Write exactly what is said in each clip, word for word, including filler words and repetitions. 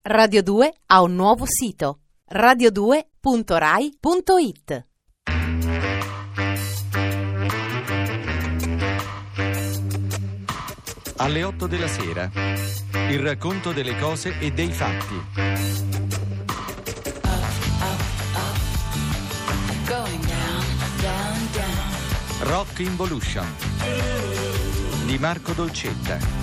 Radio due ha un nuovo sito: radio due punto rai punto it. Alle otto della sera, il racconto delle cose e dei fatti. Rock Involution di Marco Dolcetta.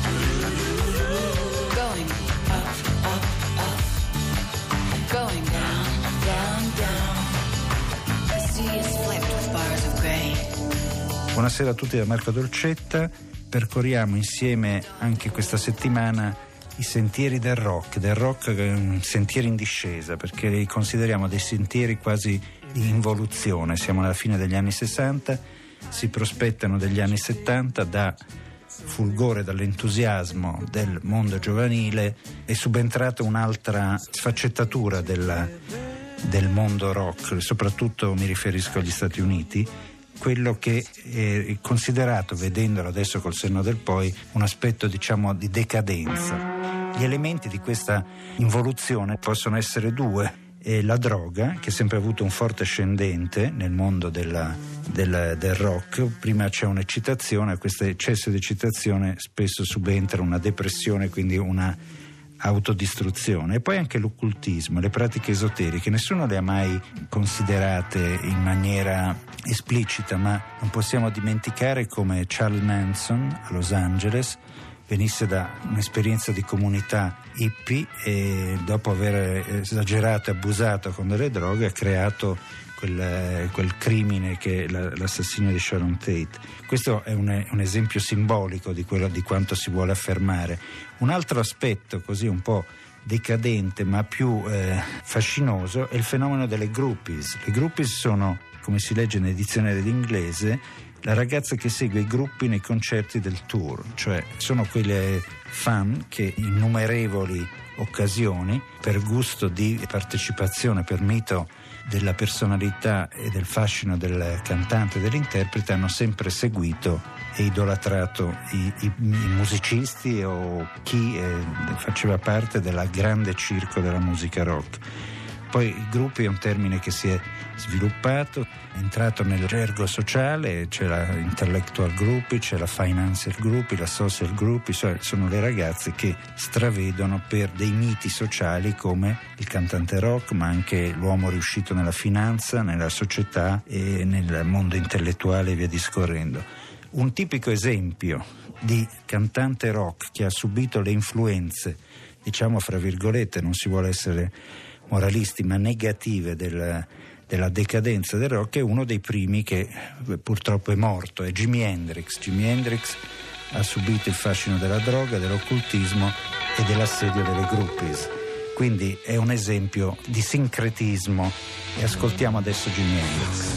Buonasera a tutti da Marco Dolcetta. Percorriamo insieme anche questa settimana i sentieri del rock, del rock sentieri in discesa, perché li consideriamo dei sentieri quasi di involuzione. Siamo alla fine degli anni sessanta, si prospettano degli anni settanta, da fulgore dall'entusiasmo del mondo giovanile è subentrata un'altra sfaccettatura della, del mondo rock, soprattutto mi riferisco agli Stati Uniti, quello che è considerato, vedendolo adesso col senno del poi, un aspetto diciamo di decadenza. Gli elementi di questa involuzione possono essere due: e la droga, che ha sempre avuto un forte ascendente nel mondo della, del, del rock. Prima c'è un'eccitazione, a questo eccesso di eccitazione spesso subentra una depressione, quindi una autodistruzione, e poi anche l'occultismo, le pratiche esoteriche. Nessuno le ha mai considerate in maniera esplicita, ma non possiamo dimenticare come Charles Manson a Los Angeles venisse da un'esperienza di comunità hippie e dopo aver esagerato e abusato con delle droghe ha creato quel, quel crimine che è l'assassinio di Sharon Tate. Questo è un, un esempio simbolico di, quello, di quanto si vuole affermare. Un altro aspetto così un po' decadente ma più eh, fascinoso è il fenomeno delle groupies. Le groupies sono, come si legge nell'edizione dell'inglese, la ragazza che segue i gruppi nei concerti del tour, cioè sono quelle fan che in innumerevoli occasioni, per gusto di partecipazione, per mito della personalità e del fascino del cantante e dell'interprete, hanno sempre seguito e idolatrato i, i, i musicisti o chi eh, faceva parte del grande circo della musica rock. Poi i gruppi è un termine che si è sviluppato, è entrato nel gergo sociale, c'è la intellectual groupie, c'è la financial groupie, la social groupie, sono le ragazze che stravedono per dei miti sociali come il cantante rock, ma anche l'uomo riuscito nella finanza, nella società e nel mondo intellettuale e via discorrendo. Un tipico esempio di cantante rock che ha subito le influenze, diciamo fra virgolette, non si vuole essere moralisti, ma negative del, della decadenza del rock, è uno dei primi che purtroppo è morto, è Jimi Hendrix. Jimi Hendrix ha subito il fascino della droga, dell'occultismo e dell'assedio delle groupies, quindi è un esempio di sincretismo, e ascoltiamo adesso Jimi Hendrix.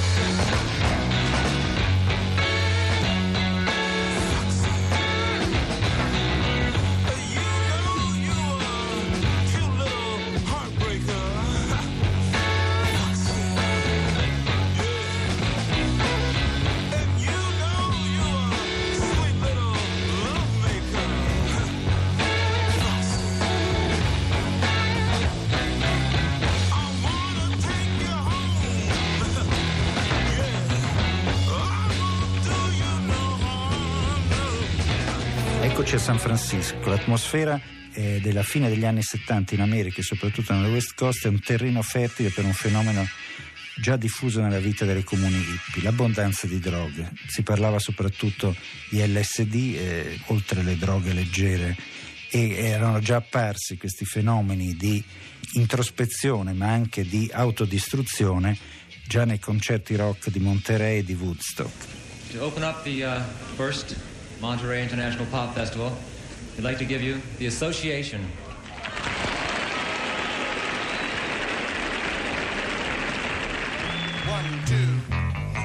Eccoci a San Francisco. L'atmosfera eh, della fine degli anni settanta in America e soprattutto nella West Coast è un terreno fertile per un fenomeno già diffuso nella vita delle comuni hippie, l'abbondanza di droghe. Si parlava soprattutto di L S D, eh, oltre alle droghe leggere, e erano già apparsi questi fenomeni di introspezione ma anche di autodistruzione già nei concerti rock di Monterey e di Woodstock. To open up the uh, first Monterey International Pop Festival, we'd like to give you the Association. One, two.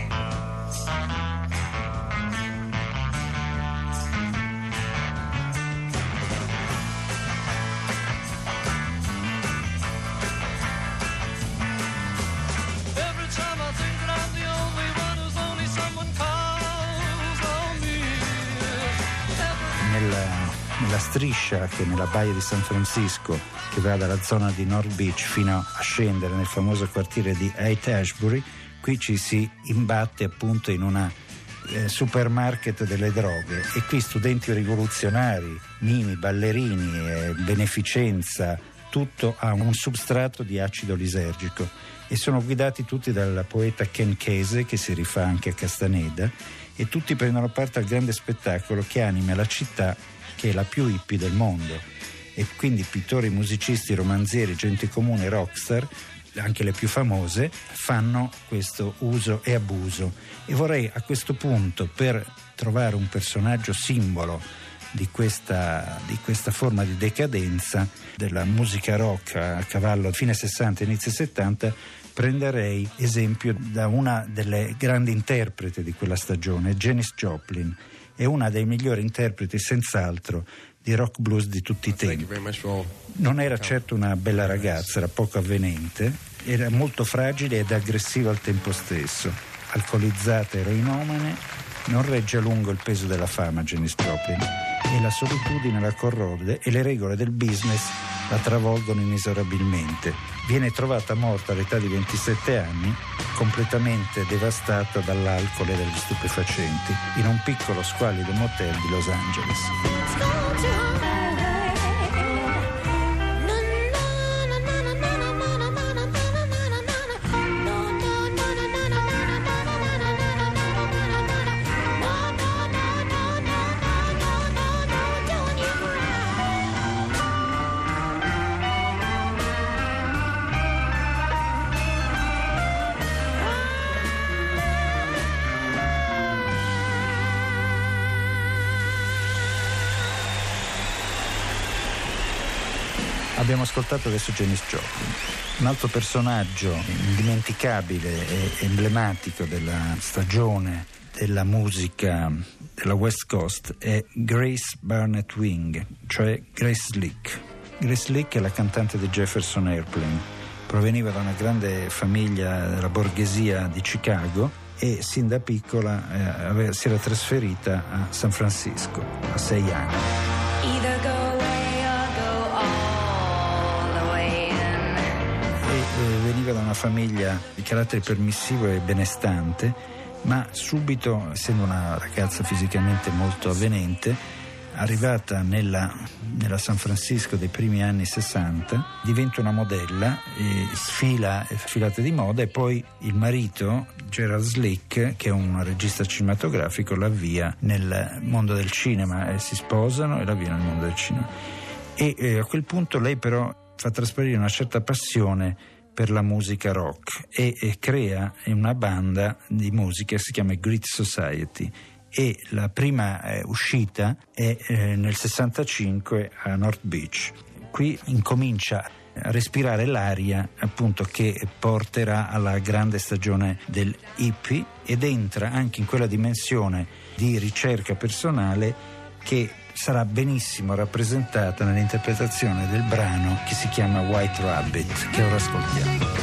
Every time I think that I'm the only one who's only someone calls on me. Nella, nella la striscia che nella baia di San Francisco, che va dalla zona di North Beach fino a scendere nel famoso quartiere di Haight-Ashbury, qui ci si imbatte appunto in una eh, supermarket delle droghe, e qui studenti rivoluzionari, mimi, ballerini, eh, beneficenza, tutto ha un substrato di acido lisergico, e sono guidati tutti dal poeta Ken Kesey, che si rifà anche a Castaneda, e tutti prendono parte al grande spettacolo che anima la città, che è la più hippie del mondo. E quindi pittori, musicisti, romanzieri, gente comune, rockstar, anche le più famose, fanno questo uso e abuso. E vorrei a questo punto, per trovare un personaggio simbolo di questa, di questa forma di decadenza della musica rock a cavallo fine sessanta inizio settanta, prenderei esempio da una delle grandi interpreti di quella stagione, Janis Joplin. È una dei migliori interpreti senz'altro di rock blues di tutti i tempi. Non era certo una bella ragazza, era poco avvenente, era molto fragile ed aggressiva al tempo stesso, alcolizzata, eroinomane. Non regge a lungo il peso della fama Janis Joplin, e la solitudine la corrode e le regole del business la travolgono inesorabilmente. Viene trovata morta all'età di ventisette anni, completamente devastata dall'alcol e dagli stupefacenti, in un piccolo squallido motel di Los Angeles. Abbiamo ascoltato adesso Janis Joplin. Un altro personaggio indimenticabile e emblematico della stagione della musica della West Coast è Grace Barnett Wing, cioè Grace Slick. Grace Slick è la cantante di Jefferson Airplane, proveniva da una grande famiglia della borghesia di Chicago e sin da piccola eh, aveva, si era trasferita a San Francisco a sei anni. Veniva da una famiglia di carattere permissivo e benestante, ma subito, essendo una ragazza fisicamente molto avvenente, arrivata nella, nella San Francisco dei primi anni sessanta, diventa una modella e sfila sfilate di moda, e poi il marito Gerald Slick, che è un regista cinematografico, la avvia nel mondo del cinema, e si sposano e la avvia nel mondo del cinema. E eh, a quel punto lei però fa trasparire una certa passione per la musica rock e, e crea una banda di musica che si chiama Great Society, e la prima eh, uscita è eh, nel sessantacinque a North Beach. Qui incomincia a respirare l'aria appunto che porterà alla grande stagione del hippie, ed entra anche in quella dimensione di ricerca personale che sarà benissimo rappresentata nell'interpretazione del brano che si chiama White Rabbit, che ora ascoltiamo.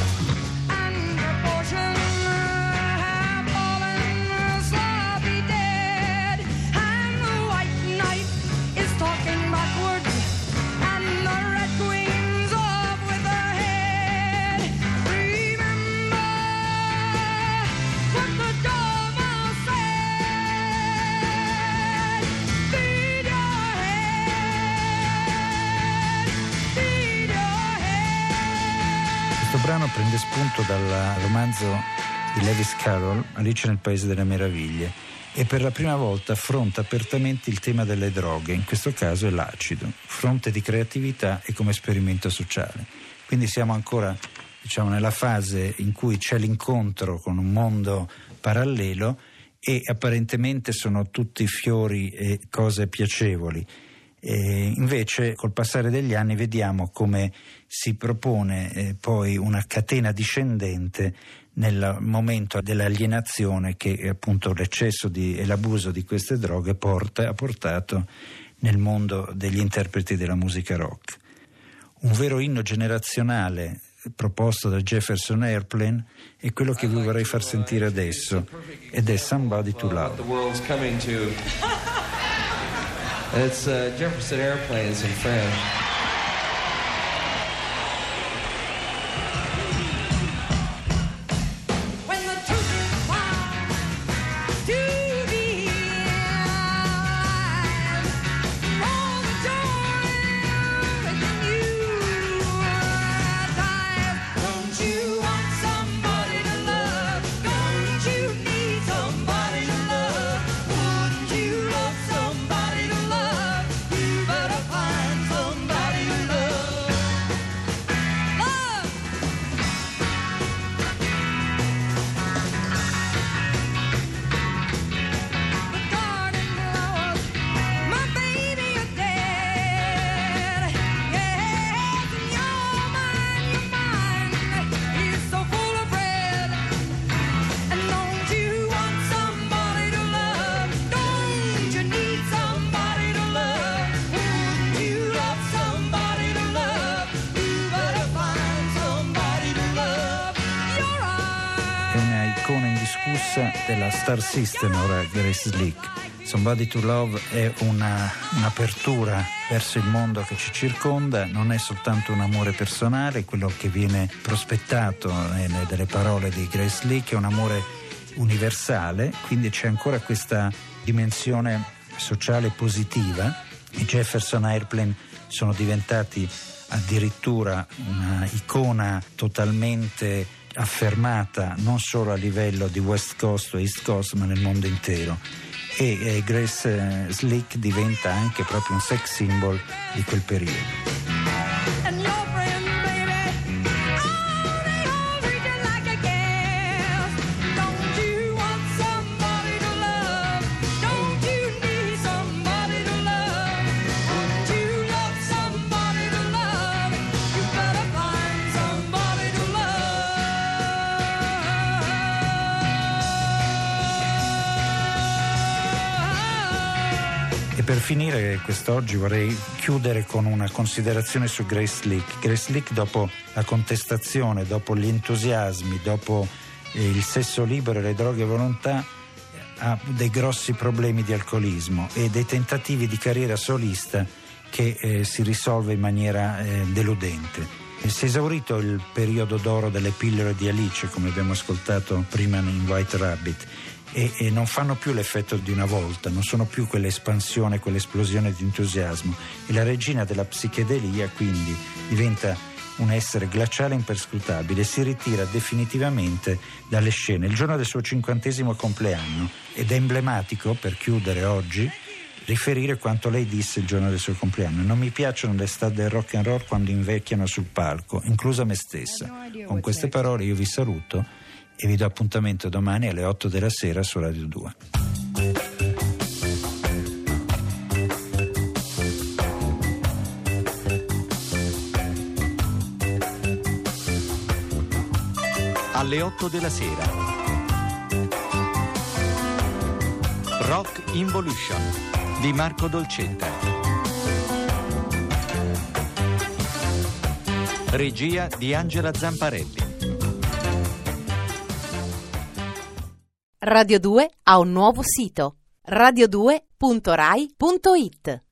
Questo brano prende spunto dal romanzo di Lewis Carroll, Alice nel Paese delle Meraviglie, e per la prima volta affronta apertamente il tema delle droghe, in questo caso è l'acido, fronte di creatività e come esperimento sociale. Quindi siamo ancora, diciamo, nella fase in cui c'è l'incontro con un mondo parallelo, e apparentemente sono tutti fiori e cose piacevoli. E invece col passare degli anni vediamo come si propone eh, poi una catena discendente nel momento dell'alienazione che appunto l'eccesso di, e l'abuso di queste droghe porta, ha portato nel mondo degli interpreti della musica rock. Un vero inno generazionale proposto da Jefferson Airplane è quello che vi vorrei far sentire adesso, ed è Somebody to Love. It's uh, Jefferson Airplanes in French. Della Star System, ora Grace Slick. Somebody to Love è una, un'apertura verso il mondo che ci circonda, non è soltanto un amore personale, quello che viene prospettato nelle delle parole di Grace Slick è un amore universale, quindi c'è ancora questa dimensione sociale positiva. I Jefferson Airplane sono diventati addirittura una icona totalmente affermata non solo a livello di West Coast o East Coast ma nel mondo intero, e eh, Grace eh, Slick diventa anche proprio un sex symbol di quel periodo. Per finire quest'oggi vorrei chiudere con una considerazione su Grace Slick. Grace Slick, dopo la contestazione, dopo gli entusiasmi, dopo eh, il sesso libero e le droghe a volontà, ha dei grossi problemi di alcolismo e dei tentativi di carriera solista che eh, si risolve in maniera eh, deludente. Si è esaurito il periodo d'oro delle pillole di Alice, come abbiamo ascoltato prima in White Rabbit, e, e non fanno più l'effetto di una volta, non sono più quell'espansione, quell'esplosione di entusiasmo, e la regina della psichedelia quindi diventa un essere glaciale e imperscrutabile e si ritira definitivamente dalle scene il giorno del suo cinquantesimo compleanno, ed è emblematico, per chiudere oggi, riferire quanto lei disse il giorno del suo compleanno: non mi piacciono le star del rock and roll quando invecchiano sul palco, inclusa me stessa. Con queste parole io vi saluto e vi do appuntamento domani alle otto della sera su Radio due. Alle otto della sera. Rock Involution di Marco Dolcetta. Regia di Angela Zamparelli. Radio due ha un nuovo sito: radio due punto rai punto it.